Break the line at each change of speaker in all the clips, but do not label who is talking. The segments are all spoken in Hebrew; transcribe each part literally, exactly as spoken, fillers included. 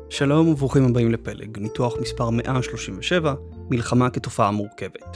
שלום וברוכים הבאים לפלג, ניתוח מספר מאה שלושים ושבע, מלחמה כתופעה מורכבת.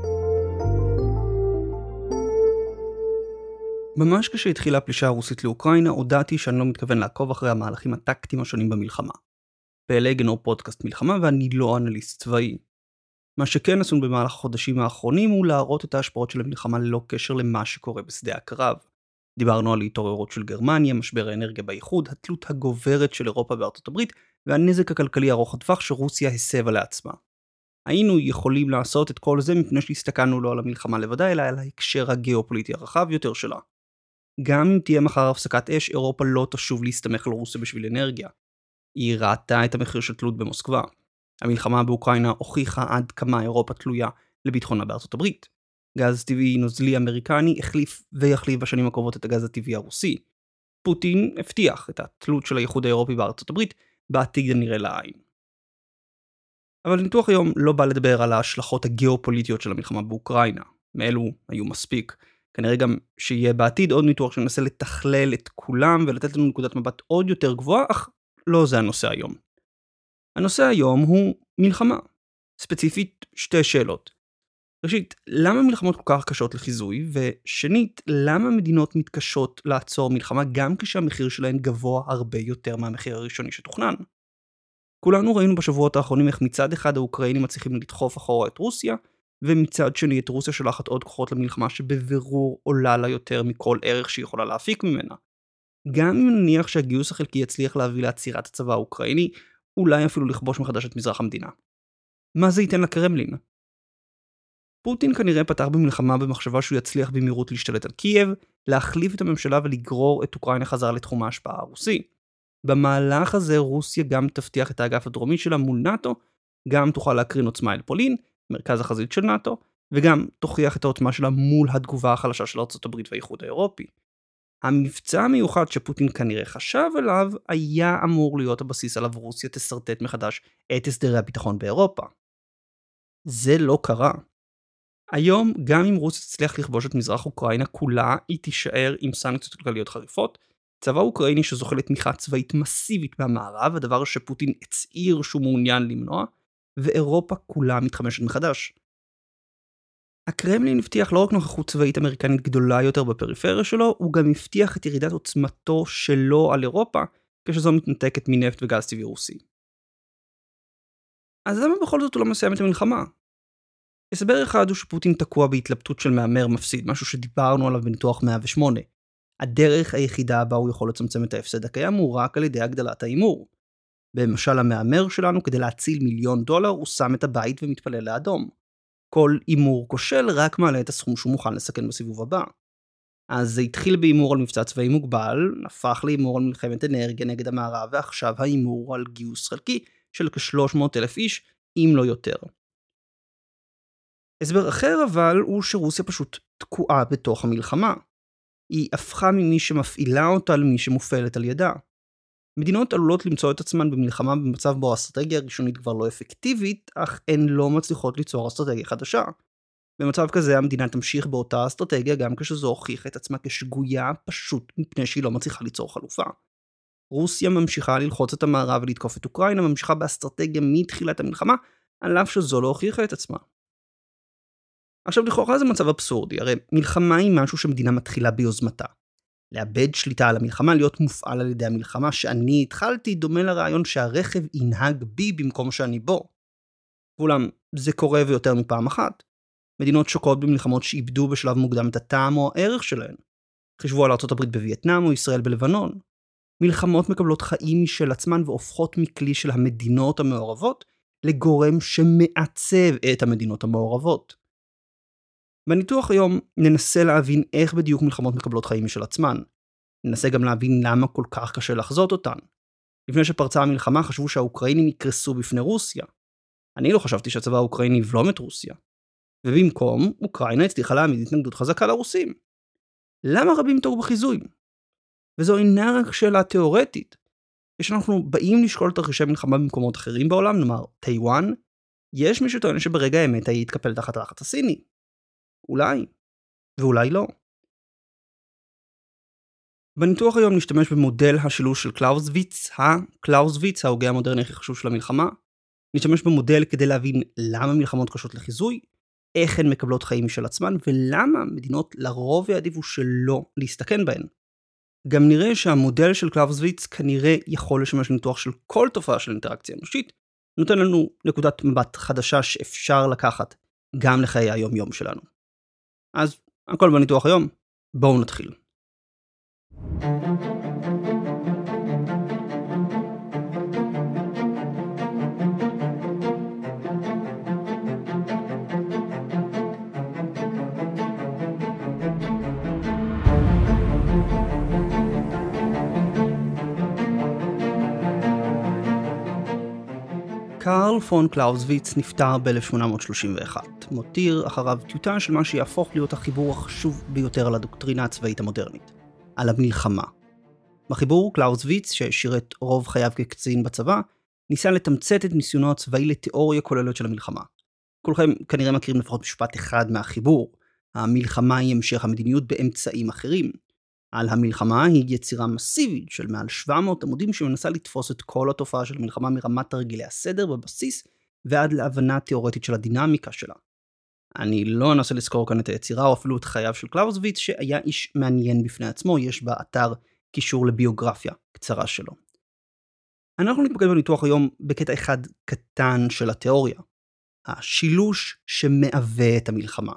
ממש כשהתחילה הפלישה הרוסית לאוקראינה, הודעתי שאני לא מתכוון לעקוב אחרי המהלכים הטקטיים השונים במלחמה. פלג אינו פודקאסט מלחמה ואני לא אנליסט צבאי. מה שכן עשינו במהלך החודשים האחרונים הוא להראות את ההשפעות של המלחמה ללא קשר למה שקורה בשדה הקרב. דיברנו על התעוררות של גרמניה, משבר האנרגיה באיחוד, התלות הגוברת של אירופה בארצות הברית, והנזק הכלכלי ארוך הטווח שרוסיה הסבה לעצמה. היינו יכולים לעשות את כל זה מפני שהסתכלנו לא על המלחמה לבדה, אלא על ההקשר הגיאופוליטי הרחב יותר שלה. גם אם תהיה מחר הפסקת אש, אירופה לא תשוב להסתמך על רוסיה בשביל אנרגיה. היא ראתה את המחיר של תלות במוסקבה. המלחמה באוקראינה הוכיחה עד כמה אירופה תלויה לביטחונה בארצות הברית. גז טבעי נוזלי אמריקני החליף ויחליף בשנים הקרובות את הגז הטבעי הרוסי. פוטין הבטיח את התלות של האיחוד האירופי בארצות הברית בעתיד הנראה לעין. אבל ניתוח היום לא בא לדבר על ההשלכות הגיאופוליטיות של המלחמה באוקראינה. מאלו היו מספיק. כנראה גם שיהיה בעתיד עוד ניתוח שמנסה לתכלל את כולם ולתת לנו נקודת מבט עוד יותר גבוהה, אך לא זה הנושא היום. הנושא היום הוא מלחמה. ספציפית שתי שאלות. ראשית, למה מלחמות כל כך קשות לחיזוי? ושנית, למה מדינות מתקשות לעצור מלחמה גם כשהמחיר שלהן גבוה הרבה יותר מהמחיר הראשוני שתוכנן? כולנו ראינו בשבועות האחרונים איך מצד אחד האוקראינים מצליחים לדחוף אחורה את רוסיה, ומצד שני את רוסיה שולחת עוד כוחות למלחמה שבבירור עולה לה יותר מכל ערך שהיא יכולה להפיק ממנה. גם אם נניח שהגיוס החלקי יצליח להביא לעצירת הצבא האוקראיני, אולי אפילו לכבוש מחדש את מזרח המדינה. מה זה ייתן לקרמלין? פוטין כנראה פתח במלחמה במחשבה שהוא יצליח במהירות להשתלט על קייב, להחליף את הממשלה ולגרור את אוקראינה חזרה לתחום ההשפעה הרוסי. במהלך הזה רוסיה גם תבטיח את האגף הדרומי שלה מול נאטו, גם תוכל להקרין עוצמה אל פולין, מרכז החזית של נאטו, וגם תוכיח את העוצמה שלה מול התגובה החלשה של ארצות הברית והאיחוד האירופי. המבצע המיוחד שפוטין כנראה חשב עליו היה אמור להיות הבסיס עליו רוסיה תסרטט מחדש את הסדרי הביטחון באירופה. זה לא קרה. היום, גם אם רוסיה תצליח לכבוש את מזרח אוקראינה כולה, היא תישאר עם סנקציות כלכליות חריפות, צבא אוקראיני שזוכה לתמיכה צבאית מסיבית מהמערב, הדבר שפוטין הצהיר שהוא מעוניין למנוע, ואירופה כולה מתחמשת מחדש. הקרמלין הבטיח לא רק נוכחות צבאית אמריקנית גדולה יותר בפריפריה שלו, הוא גם הבטיח את ירידת עוצמתו שלו על אירופה, כשזו מתנתקת מנפט וגז טבעי רוסי. אז למה בכל זאת הוא לא מסיים את המלחמה? הסבר אחד הוא שפוטין תקוע בהתלבטות של מאמר מפסיד, משהו שדיברנו עליו בניתוח מאה ושמונה. הדרך היחידה בה הוא יכול לצמצם את ההפסד הקיים הוא רק על ידי הגדלת האימור. במשל המאמר שלנו, כדי להציל מיליון דולר, הוא שם את הבית ומתפלל לאדום. כל אימור כושל רק מעלה את הסכום שהוא מוכן לסכן בסיבוב הבא. אז זה התחיל באימור על מבצע צבאי מוגבל, הפך לאימור על מלחמת אנרגיה נגד המערב, ועכשיו האימור על גיוס חלקי של כ-שלוש מאות אלף איש, אם לא יותר. הסבר אחר אבל הוא שרוסיה פשוט תקועה בתוך המלחמה. היא הפכה ממי שמפעילה אותה למי שמופעלת על ידה. מדינות עלולות למצוא את עצמן במלחמה במצב בו האסטרטגיה הראשונית כבר לא אפקטיבית, אך הן לא מצליחות ליצור אסטרטגיה חדשה. במצב כזה המדינה תמשיך באותה אסטרטגיה גם כשזו הוכיחה את עצמה כשגויה פשוט מפני שהיא לא מצליחה ליצור חלופה. רוסיה ממשיכה ללחוץ את המערב ולתקוף את אוקראינה, ממשיכה באסטרטגיה מתחילת המלחמה, על אף שזו לא הוכיחה את עצמה. עכשיו לכאורה זה מצב אבסורדי, הרי מלחמה היא משהו שמדינה מתחילה ביוזמתה. לאבד שליטה על המלחמה, להיות מופעל על ידי המלחמה שאני התחלתי, דומה לרעיון שהרכב ינהג בי במקום שאני בו. ואולם, זה קורה ויותר מפעם אחת. מדינות שוקעות במלחמות שאיבדו בשלב מוקדם את הטעם או הערך שלהן. חישבו על ארצות הברית בווייטנאם או ישראל בלבנון. מלחמות מקבלות חיים משל עצמן והופכות מכלי של המדינות המעורבות לגורם שמעצב את המדינות המעורבות. בניתוח היום ננסה להבין איך בדיוק מלחמות מקבלות חיים משל עצמן. ננסה גם להבין למה כל כך קשה לחזות אותן. לפני שפרצה המלחמה חשבו שהאוקראינים יקרסו בפני רוסיה. אני לא חשבתי שהצבא האוקראיני יבלום את רוסיה. ובמקום, אוקראינה הצליחה להעמיד התנגדות חזקה לרוסים. למה רבים טעו בחיזוי? וזו אינה רק שאלה תיאורטית. כשאנחנו באים לשקול תרחישי מלחמה במקומות אחרים בעולם, נאמר טיואן, יש מי שטוען שברגע האמת היא יתקפל תחת הלחץ הסיני. אולי, ואולי לא. בניתוח היום נשתמש במודל השילוש של קלאוזוויץ, הקלאוזוויץ, ההוגה המודרני הכי חשוב של המלחמה. נשתמש במודל כדי להבין למה מלחמות קשות לחיזוי, איך הן מקבלות חיים משל עצמן, ולמה מדינות לרוב יעדיפו שלא להסתכן בהן. גם נראה שהמודל של קלאוזוויץ כנראה יכול לשמש לניתוח של כל תופעה של אינטראקציה אנושית, נותן לנו נקודת מבט חדשה שאפשר לקחת גם לחיי היום-יום שלנו. אז הכל בניתוח היום, בואו נתחיל. קרל פון קלאוזוויץ נפטר ב-אלף שמונה מאות שלושים ואחת, מותיר אחריו טיוטה של מה שיהפוך להיות החיבור החשוב ביותר על הדוקטרינה הצבאית המודרנית, על המלחמה. בחיבור קלאוזוויץ, ששירת רוב חייו כקצין בצבא, ניסה לתמצת את ניסיונו הצבאי לתיאוריה כוללת של המלחמה. כולכם כנראה מכירים לפחות משפט אחד מהחיבור, המלחמה היא המשך המדיניות באמצעים אחרים. על המלחמה היא יצירה מסיבית של מעל שבע מאות עמודים שמנסה לתפוס את כל התופעה של המלחמה מרמת תרגילי הסדר בבסיס ועד להבנה תיאורטית של הדינמיקה שלה. אני לא אנסה לזכור כאן את היצירה או אפילו את חייו של קלאוזוויץ שהיה איש מעניין בפני עצמו, יש באתר קישור לביוגרפיה קצרה שלו. אנחנו נתמקד בניתוח היום בקטע אחד קטן של התיאוריה, השילוש שמהווה את המלחמה.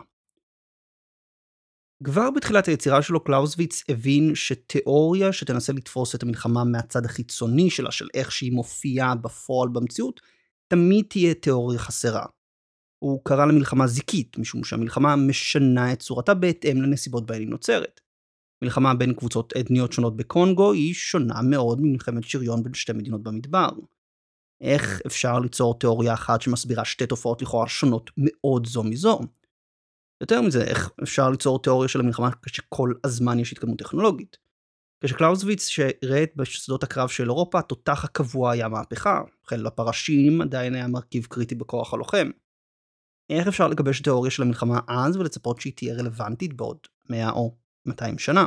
כבר בתחילת היצירה שלו קלאוזוויץ הבין שתיאוריה שתנסה לתפוס את המלחמה מהצד החיצוני שלה, של איך שהיא מופיעה בפועל במציאות, תמיד תהיה תיאוריה חסרה. הוא קרא למלחמה זיקית, משום שהמלחמה משנה את צורתה בהתאם לנסיבות בהן היא נוצרת. מלחמה בין קבוצות אתניות שונות בקונגו היא שונה מאוד ממלחמת שריון בין שתי מדינות במדבר. איך אפשר ליצור תיאוריה אחת שמסבירה שתי תופעות לכאורה שונות מאוד זו מזו? יותר מזה, איך אפשר ליצור תיאוריה של המלחמה כשכל הזמן יש התקדמות טכנולוגית? כשקלאוזוויץ שראה בשדות הקרב של אירופה, התותח הקבוע היה מהפכה, חיל הפרשים עדיין היה מרכיב קריטי בכוח הלוחם. איך אפשר לגבש תיאוריה של המלחמה אז ולצפות שהיא תהיה רלוונטית בעוד מאה או מאתיים שנה?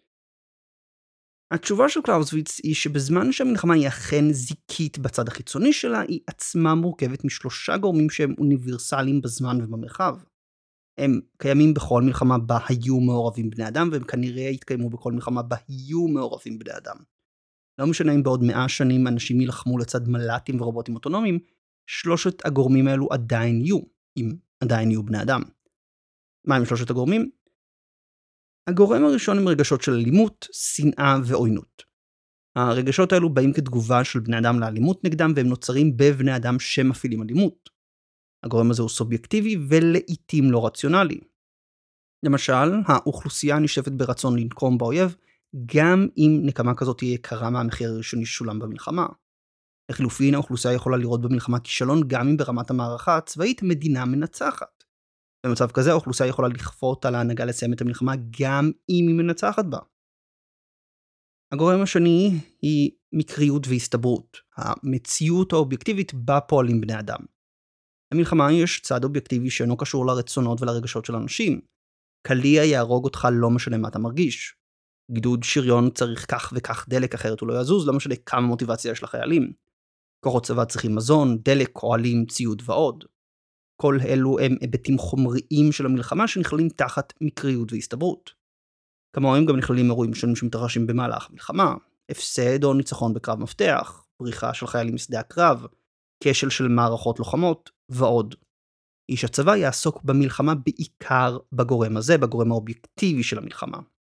התשובה של קלאוזוויץ היא שבזמן שהמלחמה היא אכן זיקית בצד החיצוני שלה, היא עצמה מורכבת משלושה גורמים שהם אוניברסליים בזמן ובמרחב. הם קיימים בכל מלחמה בה היו מעורבים בני אדם, והם כנראה יתקיימו בכל מלחמה בה היו מעורבים בני אדם. לא משנה אם בעוד מאה שנים אנשים ילחמו לצד מל"טים ורובוטים אוטונומיים, שלושת הגורמים האלו עדיין יהיו, אם עדיין יהיו בני אדם. מה הם שלושת הגורמים? הגורם הראשון הם רגשות של אלימות, שנאה ועוינות. הרגשות האלו באים כתגובה של בני אדם לאלימות נגדם, והם נוצרים בבני אדם שמפעילים אלימות. הגורם הזה הוא סובייקטיבי ולעיתים לא רציונלי. למשל, האוכלוסייה נשטפת ברצון לנקום באויב, גם אם נקמה כזאת תהיה יקרה מהמחיר הראשוני ששולם במלחמה. לחילופין, האוכלוסייה יכולה לראות במלחמה כישלון גם אם ברמת המערכה הצבאית מדינה מנצחת. במצב כזה, האוכלוסייה יכולה לכפות על ההנהגה לסיים את המלחמה גם אם היא מנצחת בה. הגורם השני היא מקריות והסתברות, המציאות האובייקטיבית בה פועלים בני אדם. במלחמה יש צד אובייקטיבי שאינו קשור לרצונות ולרגשות של אנשים. קליע יהרוג אותך לא משנה מה אתה מרגיש. גדוד שריון צריך כך וכך דלק אחרת הוא לא יזוז, לא משנה כמה מוטיבציה יש לחיילים. כוחות צבא צריכים מזון, דלק, אוהלים, ציוד ועוד. כל אלו הם היבטים חומריים של המלחמה שנכללים תחת מקריות והסתברות. כמוהם גם נכללים אירועים שונים שמתרחשים במהלך המלחמה, הפסד או ניצחון בקרב מפתח, בריחה של חיילים משדה הקרב, כשל של מערכות לוחמות ועוד. איש הצבא יעסוק במלחמה בעיקר בגורם הזה, בגורם האובייקטיבי של המלחמה.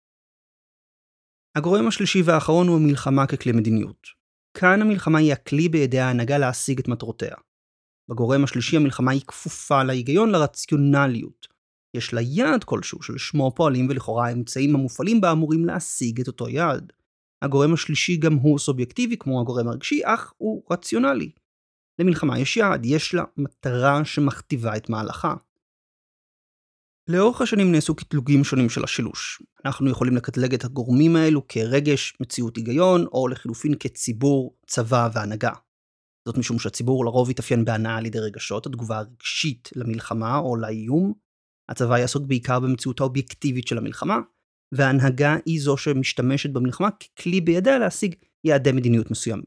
הגורם השלישי והאחרון הוא המלחמה ככלי מדיניות. כאן המלחמה היא הכלי בידי ההנהגה להשיג את מטרותיה. בגורם השלישי המלחמה היא כפופה להיגיון, לרציונליות. יש לה יעד כלשהו שלשמו פועלים ולכאורה האמצעים המופעלים בה אמורים להשיג את אותו יעד. הגורם השלישי גם הוא סובייקטיבי כמו הגורם הרגשי, אך הוא רציונלי. למלחמה יש יעד, יש לה מטרה שמכתיבה את מהלכה. לאורך השנים נעשו קטלוגים שונים של השילוש. אנחנו יכולים לקטלג את הגורמים האלו כרגש, מציאות היגיון, או לחילופין כציבור, צבא והנהגה. זאת משום שהציבור לרוב יתאפיין בהנאה על ידי רגשות, התגובה הרגשית למלחמה או לאיום. הצבא יעסוק בעיקר במציאות האובייקטיבית של המלחמה, וההנהגה היא זו שמשתמשת במלחמה ככלי בידיה להשיג יעדי מדיניות מסוימים.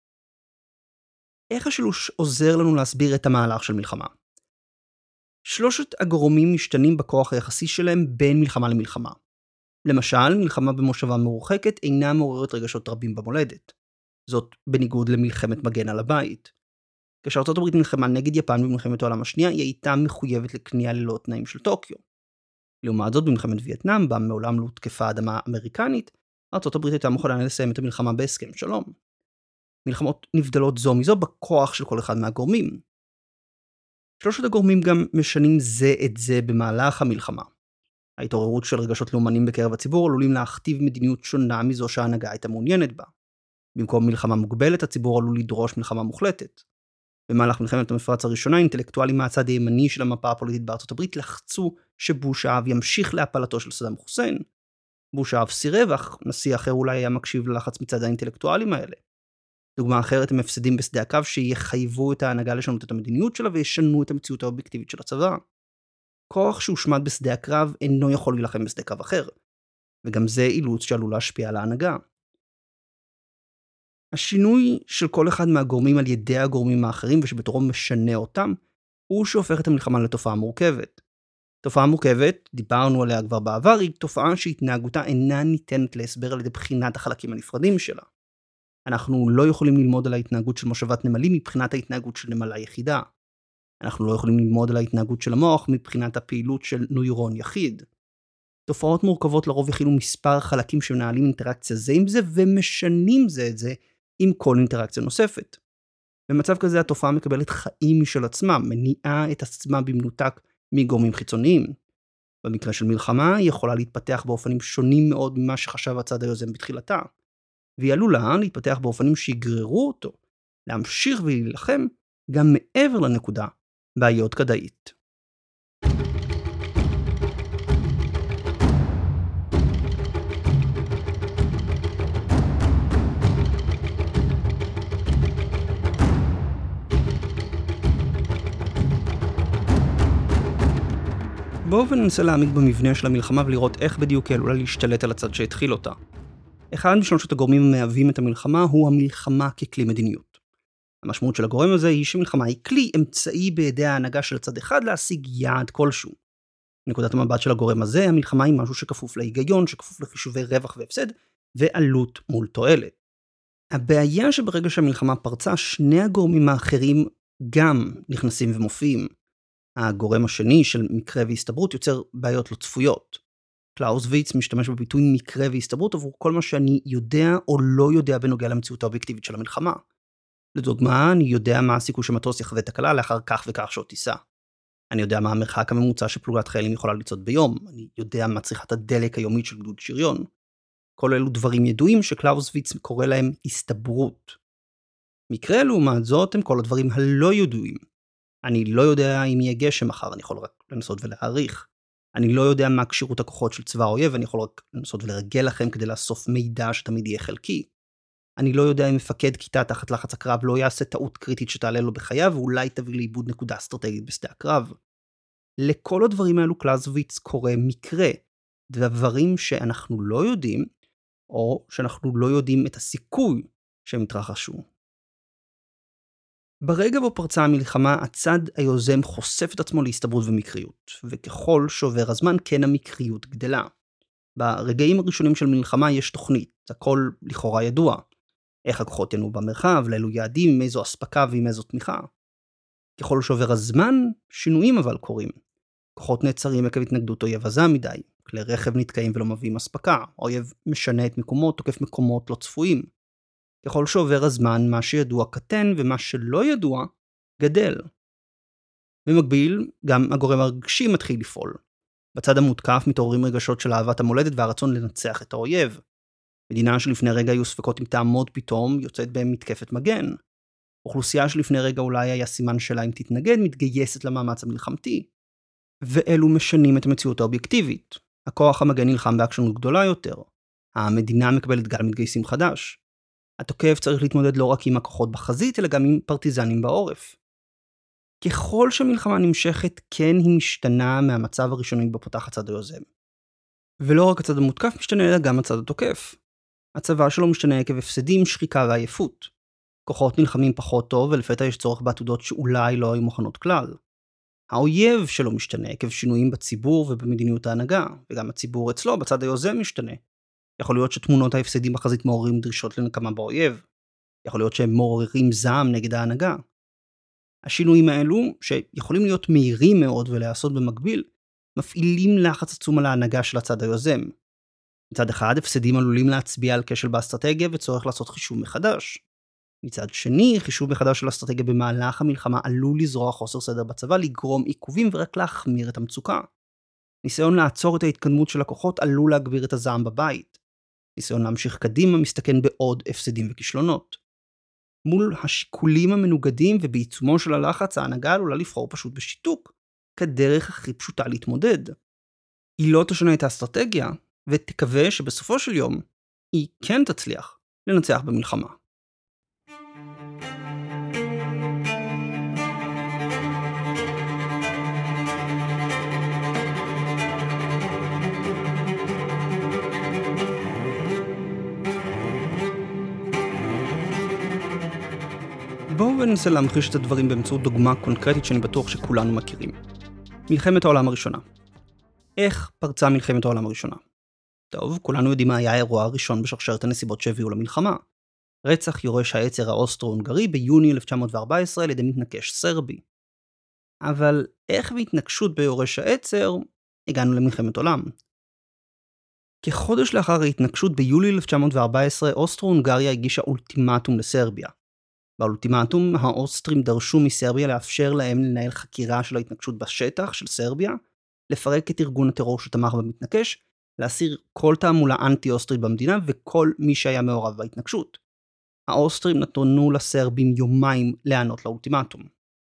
איך השילוש עוזר לנו להסביר את המהלך של מלחמה? שלושת הגורמים משתנים בכוח היחסי שלהם בין מלחמה למלחמה. למשל, מלחמה במושבה מרוחקת אינה מעוררת רגשות רבים במולדת. זאת בניגוד למלחמת מגן על הבית. כשארצות הברית נלחמה נגד יפן במלחמת העולם השנייה, היא הייתה מחויבת לכניעה ללא תנאים של טוקיו. לעומת זאת, במלחמת וייטנאם, בה מעולם לא הותקפה אדמה אמריקנית, ארצות הברית הייתה מוכנה לסיים את המלחמה בהסכם שלום. מלחמות נבדלות זו מזו בכוח של כל אחד מהגורמים. שלושת הגורמים גם משנים זה את זה במהלך המלחמה. ההתעוררות של רגשות לאומנים בקרב הציבור עלולים להכתיב מדיניות שונה מזו שההנהגה הייתה מעוניינת בה. במקום מלחמה מוגבלת, הציבור עלול לדרוש מלחמה מוחלטת. במהלך מלחמת המפרץ הראשונה, אינטלקטואלים מהצד הימני של המפה הפוליטית בארצות הברית לחצו שבוש האב ימשיך להפלתו של סדאם חוסיין. בוש האב סירב, אך נשיא אחר אולי היה מקשיב ללחץ מצד האינטלקטואלים האלה. דוגמה אחרת הם מפסדים בשדה הקו שיחייבו את ההנהגה לשנות את המדיניות שלה וישנו את המציאות האובייקטיבית של הצבא. כוח שהושמד בשדה הקרב אינו יכול להילחם בשדה קרב אחר, וגם זה אילוץ שעלול להשפיע על ההנהגה. השינוי של כל אחד מהגורמים על ידי הגורמים האחרים ושבתורו משנה אותם, הוא שהופך את המלחמה לתופעה מורכבת. תופעה מורכבת, דיברנו עליה כבר בעבר, היא תופעה שהתנהגותה אינה ניתנת להסבר על ידי בחינת החלקים הנפרדים שלה. אנחנו לא יכולים ללמוד על ההתנהגות של מושבת נמלים מבחינת ההתנהגות של נמלה יחידה. אנחנו לא יכולים ללמוד על ההתנהגות של המוח מבחינת הפעילות של נוירון יחיד. תופעות מורכבות לרוב יכילו מספר חלקים שמנהלים אינטראקציה זה עם זה ומשנים זה את זה עם כל אינטראקציה נוספת. במצב כזה התופעה מקבלת חיים משל עצמה, מניעה את עצמה במנותק מגורמים חיצוניים. במקרה של מלחמה היא יכולה להתפתח באופנים שונים מאוד ממה שחשב הצד היוזם בתחילתה. והיא עלולה להתפתח באופנים שיגררו אותו, להמשיך ולהילחם גם מעבר לנקודה בה היא עוד כדאית. בואו וננסה להעמיק במבנה של המלחמה ולראות איך בדיוק היא עלולה להשתלט על הצד שהתחיל אותה. אחד משלושת הגורמים המהווים את המלחמה הוא המלחמה ככלי מדיניות. המשמעות של הגורם הזה היא שמלחמה היא כלי אמצעי בידי ההנהגה של הצד אחד להשיג יעד כלשהו. נקודת המבט של הגורם הזה, המלחמה היא משהו שכפוף להיגיון, שכפוף לחישובי רווח והפסד, ועלות מול תועלת. הבעיה שברגע שהמלחמה פרצה, שני הגורמים האחרים גם נכנסים ומופיעים. הגורם השני של מקרה והסתברות יוצר בעיות לא צפויות. קלאוזוויץ משתמש בביטוי מקרה והסתברות עבור כל מה שאני יודע או לא יודע בנוגע למציאות האובייקטיבית של המלחמה. לדוגמה, אני יודע מה הסיכוי שמטוס יחווה תקלה לאחר כך וכך שעות טיסה. אני יודע מה המרחק הממוצע שפלוגת חיילים יכולה לצעוד ביום. אני יודע מה צריכת הדלק היומית של גדוד שריון. כל אלו דברים ידועים שקלאוזוויץ קורא להם הסתברות. מקרה לעומת זאת הם כל הדברים הלא ידועים. אני לא יודע אם יהיה גשם מחר, אני יכול רק לנסות ולהעריך. אני לא יודע מה קשירות הכוחות של צבא האויב, אני יכול רק לנסות ולרגל לכם כדי לאסוף מידע שתמיד יהיה חלקי. אני לא יודע אם מפקד כיתה תחת לחץ הקרב לא יעשה טעות קריטית שתעלה לו בחייו, ואולי תביא לאיבוד נקודה אסטרטגית בשדה הקרב. לכל הדברים האלו קלאוזוויץ קורא מקרה, דברים שאנחנו לא יודעים, או שאנחנו לא יודעים את הסיכוי שהם יתרחשו. ברגע בו פרצה המלחמה, הצד היוזם חושף את עצמו להסתברות ומקריות, וככל שעובר הזמן כן המקריות גדלה. ברגעים הראשונים של מלחמה יש תוכנית, הכל לכאורה ידוע. איך הכוחות ינו במרחב, לאילו יעדים, עם איזו אספקה ועם איזו תמיכה. ככל שעובר הזמן, שינויים אבל קורים. כוחות נעצרים עקב התנגדות אויב עזה מדי, כלי רכב נתקעים ולא מביאים אספקה, אויב משנה את מקומות, תוקף מקומות לא צפויים. ככל שעובר הזמן, מה שידוע קטן ומה שלא ידוע גדל. במקביל, גם הגורם הרגשי מתחיל לפעול. בצד המותקף מתעוררים רגשות של אהבת המולדת והרצון לנצח את האויב. מדינה שלפני רגע היו ספקות אם תעמוד פתאום, יוצאת בהם מתקפת מגן. אוכלוסייה שלפני רגע אולי היה סימן שלה אם תתנגד, מתגייסת למאמץ המלחמתי. ואלו משנים את המציאות האובייקטיבית. הכוח המגן נלחם בעקשנות גדולה יותר. המדינה מקבלת גל מתגייסים חדש. התוקף צריך להתמודד לא רק עם הכוחות בחזית, אלא גם עם פרטיזנים בעורף. ככל שהמלחמה נמשכת, כן היא משתנה מהמצב הראשוני בפותח הצד היוזם. ולא רק הצד המותקף משתנה, אלא גם הצד התוקף. הצבא שלו משתנה עקב הפסדים, שחיקה ועייפות. כוחות נלחמים פחות טוב, ולפתע יש צורך בעתודות שאולי לא היו מוכנות כלל. האויב שלו משתנה עקב שינויים בציבור ובמדיניות ההנהגה, וגם הציבור אצלו בצד היוזם משתנה. יכול להיות שתמונות ההפסדים בחזית מעוררים דרישות לנקמה באויב. יכול להיות שהם מעוררים זעם נגד ההנהגה. השינויים האלו, שיכולים להיות מהירים מאוד ולעשות במקביל, מפעילים לחץ עצום על ההנהגה של הצד היוזם. מצד אחד, הפסדים עלולים להצביע על כשל באסטרטגיה וצורך לעשות חישוב מחדש. מצד שני, חישוב מחדש של אסטרטגיה במהלך המלחמה עלול לזרוע חוסר סדר בצבא, לגרום עיכובים ורק להחמיר את המצוקה. ניסיון לעצור את ההתקדמות של הכוחות עלול להגביר את הזעם בבית. ניסיון להמשיך קדימה מסתכן בעוד הפסדים וכישלונות. מול השיקולים המנוגדים ובעיצומו של הלחץ, ההנהגה עלולה לבחור פשוט בשיתוק, כדרך הכי פשוטה להתמודד. היא לא תשנה את האסטרטגיה, ותקווה שבסופו של יום היא כן תצליח לנצח במלחמה. בואו וננסה להמחיש את הדברים באמצעות דוגמה קונקרטית שאני בטוח שכולנו מכירים. מלחמת העולם הראשונה. איך פרצה מלחמת העולם הראשונה? טוב, כולנו יודעים מה היה האירוע הראשון בשרשרת הנסיבות שהביאו למלחמה. רצח יורש העצר האוסטרו-הונגרי ביוני אלף תשע מאות וארבע עשרה על ידי מתנקש סרבי. אבל איך בהתנקשות ביורש העצר הגענו למלחמת עולם? כחודש לאחר ההתנקשות ביולי אלף תשע מאות וארבע עשרה, אוסטרו-הונגריה הגישה אולטימטום לסרביה. באולטימטום, האוסטרים דרשו מסרביה לאפשר להם לנהל חקירה של ההתנקשות בשטח של סרביה, לפרק את ארגון הטרור שתמך במתנקש, להסיר כל תעמולה אנטי-אוסטרית במדינה וכל מי שהיה מעורב בהתנקשות. האוסטרים נתנו לסרבים יומיים לענות לאולטימטום.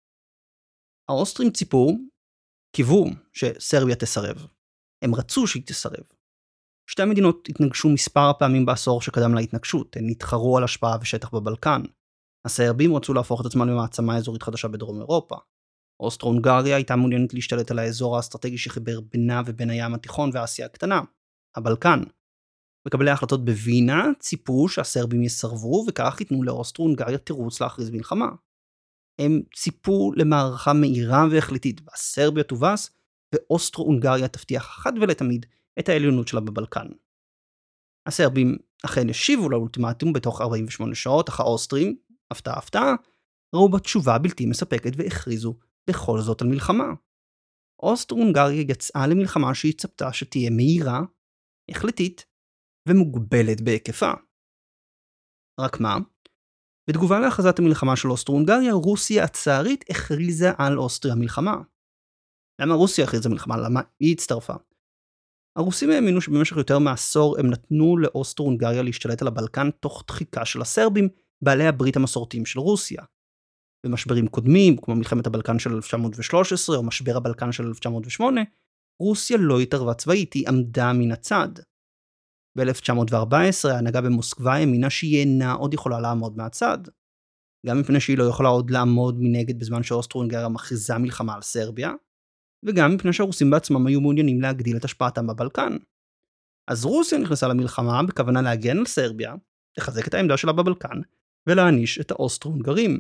האוסטרים ציפו, קיוו שסרביה תסרב. הם רצו שהיא תסרב. שתי המדינות התנגשו מספר פעמים בעשור שקדם להתנגשות, הן נתחרו על השפעה ושטח בבלקן. הסרבים רצו להפוך את עצמם למעצמה אזורית חדשה בדרום אירופה. אוסטרו-הונגריה הייתה מעוניינת להשתלט על האזור האסטרטגי שחיבר בינה ובין הים התיכון ואסיה הקטנה, הבלקן. מקבלי ההחלטות בווינה ציפו שהסרבים יסרבו וכך ייתנו לאוסטרו-הונגריה תירוץ להכריז מלחמה. הם ציפו למערכה מהירה והחלטית, בה סרביה תובס ואוסטרו-הונגריה תבטיח אחת ולתמיד את העליונות שלה בבלקן. הסרבים אכן השיבו לאולטימטום בתוך ארבעים ושמונה שעות, אך האוסטרים, הפתעה הפתעה, ראו בתשובה בלתי מספקת והכריזו בכל זאת על מלחמה. אוסטרו-הונגריה יצאה למלחמה שהיא צפתה שתהיה מהירה, החלטית ומוגבלת בהיקפה. רק מה? בתגובה להכרזת המלחמה של אוסטרו-הונגריה, רוסיה הצארית הכריזה על אוסטריה מלחמה. למה רוסיה הכריזה מלחמה? למה היא הצטרפה? הרוסים האמינו שבמשך יותר מעשור הם נתנו לאוסטרו-הונגריה להשתלט על הבלקן תוך דחיקה של הסרבים, בעלי הברית המסורתיים של רוסיה. במשברים קודמים, כמו מלחמת הבלקן של אלף תשע מאות ושלוש עשרה או משבר הבלקן של אלף תשע מאות ושמונה, רוסיה לא התערבה צבאית, היא עמדה מן הצד. ב-אלף תשע מאות וארבע עשרה ההנהגה במוסקבה האמינה שהיא אינה עוד יכולה לעמוד מהצד. גם מפני שהיא לא יכולה עוד לעמוד מנגד בזמן שאוסטרו-הונגריה מכריזה מלחמה על סרביה, וגם מפני שהרוסים בעצמם היו מעוניינים להגדיל את השפעתם בבלקן. אז רוסיה נכנסה למלחמה בכוונה להגן על סרביה, לחזק את העמדה שלה בבלקן, ולהעניש את האוסטרו-הונגרים.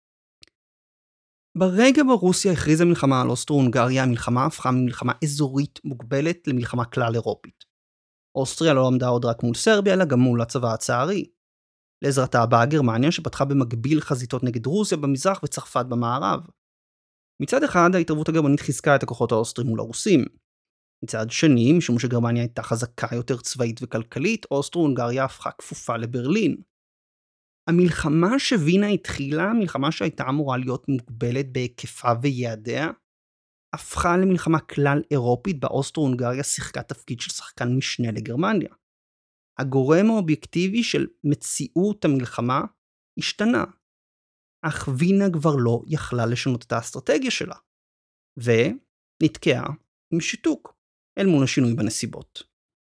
ברגע בו רוסיה הכריזה מלחמה על אוסטרו-הונגריה, המלחמה הפכה ממלחמה אזורית מוגבלת למלחמה כלל אירופית. אוסטריה לא עמדה עוד רק מול סרביה, אלא גם מול הצבא הצארי. לעזרתה באה גרמניה שפתחה במקביל חזיתות נגד רוסיה במזרח וצרפת במערב. מצד אחד, ההתערבות הגרמנית חיזקה את הכוחות האוסטרים מול הרוסים. מצד שני, משום שגרמניה הייתה חזקה יותר צבאית וכלכלית, אוסטרו-הונגריה הפכה כפופה לברלין. המלחמה שווינה התחילה, מלחמה שהייתה אמורה להיות מוגבלת בהיקפה ויעדיה, הפכה למלחמה כלל אירופית, בה אוסטרו-הונגריה שיחקה תפקיד של שחקן משנה לגרמניה. הגורם האובייקטיבי של מציאות המלחמה השתנה, אך וינה כבר לא יכלה לשנות את האסטרטגיה שלה, ונתקעה עם שיתוק אל מול השינוי בנסיבות.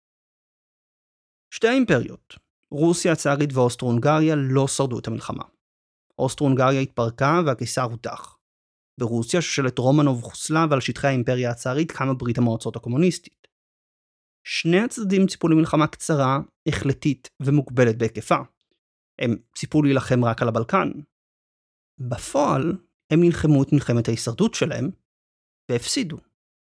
שתי האימפריות, רוסיה הצארית ואוסטרו-הונגריה, לא שרדו את המלחמה. אוסטרו-הונגריה התפרקה והקיסר הודח. ברוסיה שושלת רומנוב חוסלה, ועל שטחי האימפריה הצארית קמה ברית המועצות הקומוניסטית. שני הצדדים ציפו למלחמה קצרה, החלטית ומוגבלת בהיקפה. הם ציפו להילחם רק על הבלקן. בפועל, הם נלחמו את מלחמת ההישרדות שלהם, והפסידו.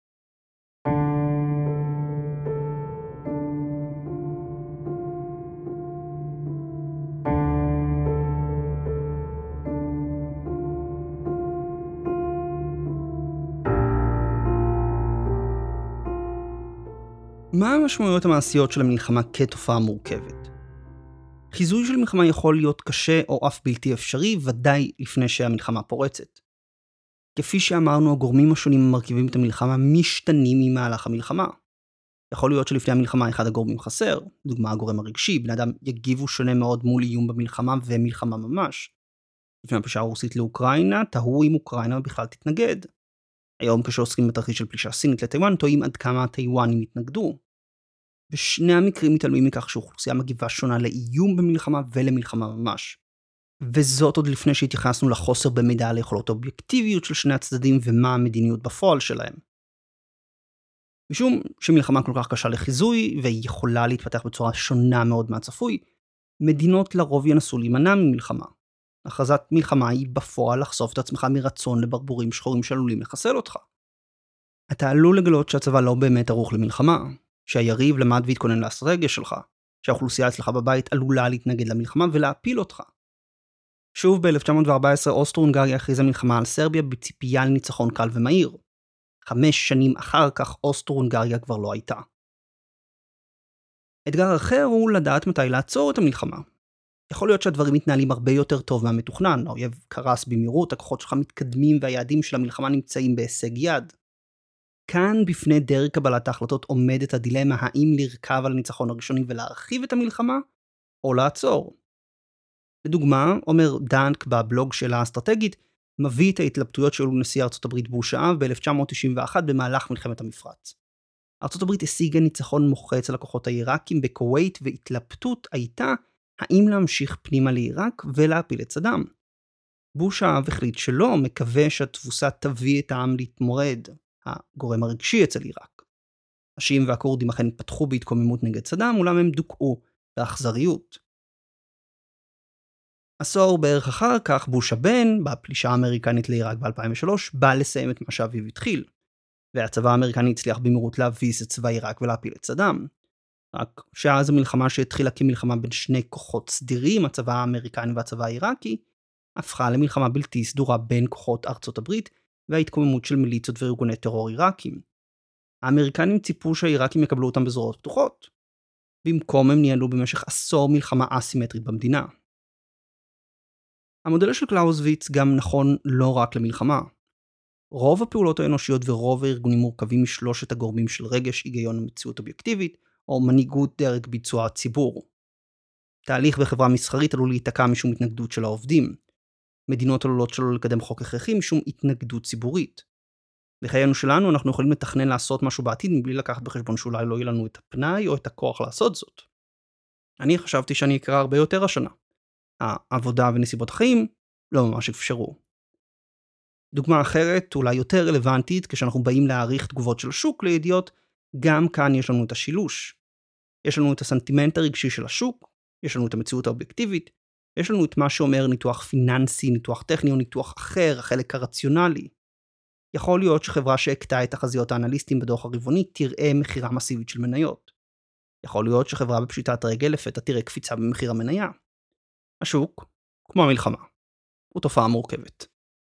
מה המשמעויות המעשיות של המלחמה כתופעה מורכבת? חיזוי של מלחמה יכול להיות קשה או אף בלתי אפשרי, ודאי לפני שהמלחמה פורצת. כפי שאמרנו, הגורמים השונים המרכיבים את המלחמה משתנים ממהלך המלחמה. יכול להיות שלפני המלחמה אחד הגורמים חסר, דוגמה הגורם הרגשי, בני אדם יגיבו שונה מאוד מול איום במלחמה ומלחמה ממש. לפני הפלישה הרוסית לאוקראינה, תהו אם אוקראינה בכלל תתנגד. היום כשעוסקים בתרחיש של פלישה סינית לטיואן, תוהים עד כמה הטיואנים יתנגדו. בשני המקרים מתעלמים מכך שאוכלוסייה מגיבה שונה לאיום במלחמה ולמלחמה ממש. וזאת עוד לפני שהתייחסנו לחוסר במידע על יכולות אובייקטיביות של שני הצדדים ומה המדיניות בפועל שלהם. משום שמלחמה כל כך קשה לחיזוי והיא יכולה להתפתח בצורה שונה מאוד מהצפוי, מדינות לרוב ינסו להימנע ממלחמה. הכרזת מלחמה היא בפועל לחשוף את עצמך מרצון לברבורים שחורים שעלולים לחסל אותך. אתה עלול לגלות שהצבא לא באמת ערוך למלחמה, שהיריב למד והתכונן לאסטרטגיה שלך, שהאוכלוסייה אצלך בבית עלולה להתנגד למלחמה ולהפיל אותך. שוב ב-אלף תשע מאות וארבע עשרה אוסטרו-הונגריה הכריזה מלחמה על סרביה בציפייה לניצחון קל ומהיר. חמש שנים אחר כך אוסטרו-הונגריה כבר לא הייתה. אתגר אחר הוא לדעת מתי לעצור את המלחמה. יכול להיות שהדברים מתנהלים הרבה יותר טוב מהמתוכנן, האויב קרס במהירות, הכוחות שלך מתקדמים והיעדים של המלחמה נמצאים בהישג יד. כאן בפני דרג קבלת ההחלטות עומדת הדילמה האם לרכב על הניצחון הראשוני ולהרחיב את המלחמה, או לעצור. לדוגמה, אומר דנק בבלוג שלה האסטרטגית, מביא את ההתלבטויות שהיו נשיא ארצות הברית בוש האב ב-אלף תשע מאות תשעים ואחת במהלך מלחמת המפרץ. ארצות הברית השיגה ניצחון מוחץ על הכוחות העיראקים בכווית, והתלבטות הייתה האם להמשיך פנימה לעיראק ולהפיל את סדאם. בוש האב החליט שלא, מקווה שהתבוסה תביא את העם להתמורד, הגורם הרגשי אצל עיראק. השיעים והכורדים אכן פתחו בהתקוממות נגד סדאם, אולם הם דוכאו באכזריות. עשור בערך אחר כך, בוש הבן, בפלישה האמריקנית לעיראק ב-אלפיים ושלוש, בא לסיים את מה שאביו התחיל. והצבא האמריקני הצליח במהירות להביס את צבא עיראק ולהפיל את סדאם. רק שאז המלחמה שהתחילה כמלחמה בין שני כוחות סדירים, הצבא האמריקני והצבא העיראקי, הפכה למלחמה בלתי סדורה בין כוחות ארצות הברית, וההתקוממות של מיליציות וארגוני טרור עיראקים. האמריקנים ציפו שהעיראקים יקבלו אותם בזרועות פתוחות. במקום הם ניהלו במשך עשור מלחמה אסימטרית במדינה. המודל של קלאוזוויץ גם נכון לא רק למלחמה. רוב הפעולות האנושיות ורוב הארגונים מורכבים משלושת הגורמים של רגש, היגיון ומציאות אובייקטיבית, או מנהיגות דרג ביצוע הציבור. תהליך בחברה מסחרית עלול להיתקע משום התנגדות של העובדים. מדינות עלולות שלא לקדם חוק הכרחי משום התנגדות ציבורית. בחיינו שלנו אנחנו יכולים לתכנן לעשות משהו בעתיד מבלי לקחת בחשבון שאולי לא יהיה לנו את הפנאי או את הכוח לעשות זאת. אני חשבתי שאני אקרא הרבה יותר השנה. העבודה ונסיבות החיים לא ממש אפשרו. דוגמה אחרת, אולי יותר רלוונטית, כשאנחנו באים להעריך תגובות של השוק לידיעות, גם כאן יש לנו את השילוש. יש לנו את הסנטימנט הרגשי של השוק, יש לנו את המציאות האובייקטיבית, יש לנו את מה שאומר ניתוח פיננסי, ניתוח טכני או ניתוח אחר, החלק הרציונלי. יכול להיות שחברה שהקטעה את תחזיות האנליסטים בדוח הרבעוני תראה מחירה מסיבית של מניות. יכול להיות שחברה בפשיטת רגל לפתע תראה קפיצה במחיר המניה. השוק, כמו המלחמה, הוא תופעה מורכבת.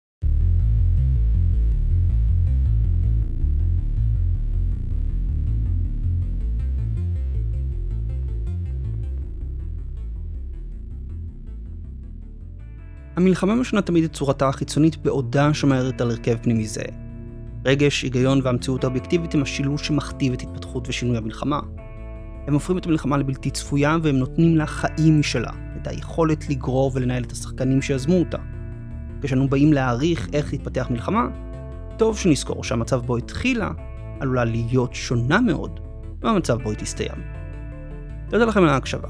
המלחמה משנה תמיד את צורתה החיצונית בעודה שומרת על הרכב פנימי זה. רגש, היגיון והמציאות האובייקטיבית הם השילוש שמכתיב את התפתחות ושינוי המלחמה. הם הופכים את המלחמה לבלתי צפויה והם נותנים לה חיים משלה, את היכולת לגרור ולנהל את השחקנים שיזמו אותה. כשאנו באים להעריך איך להתפתח מלחמה, טוב שנזכור שהמצב בו התחילה עלולה להיות שונה מאוד מהמצב בו היא תסתיים. תודה לכם על ההקשבה.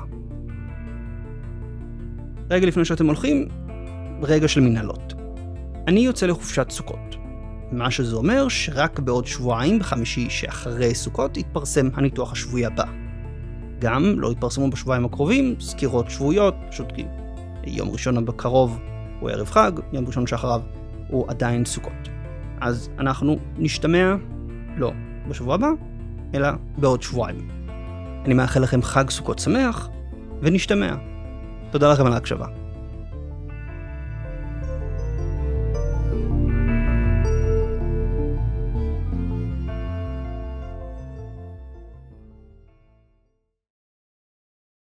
רגע לפני שאתם הולכים, רגע של מנהלות. אני יוצא לחופשת סוכות. מה שזה אומר שרק בעוד שבועיים, בחמישי שאחרי סוכות, יתפרסם הניתוח השבועי הבא. גם לא יתפרסמו בשבועיים הקרובים סקירות שבועיות, פשוט כי יום ראשון בקרוב הוא ערב חג, יום ראשון שאחריו הוא עדיין סוכות. אז אנחנו נשתמע, לא בשבוע הבא, אלא בעוד שבועיים. אני מאחל לכם חג סוכות שמח, ונשתמע. תודה לכם על ההקשבה.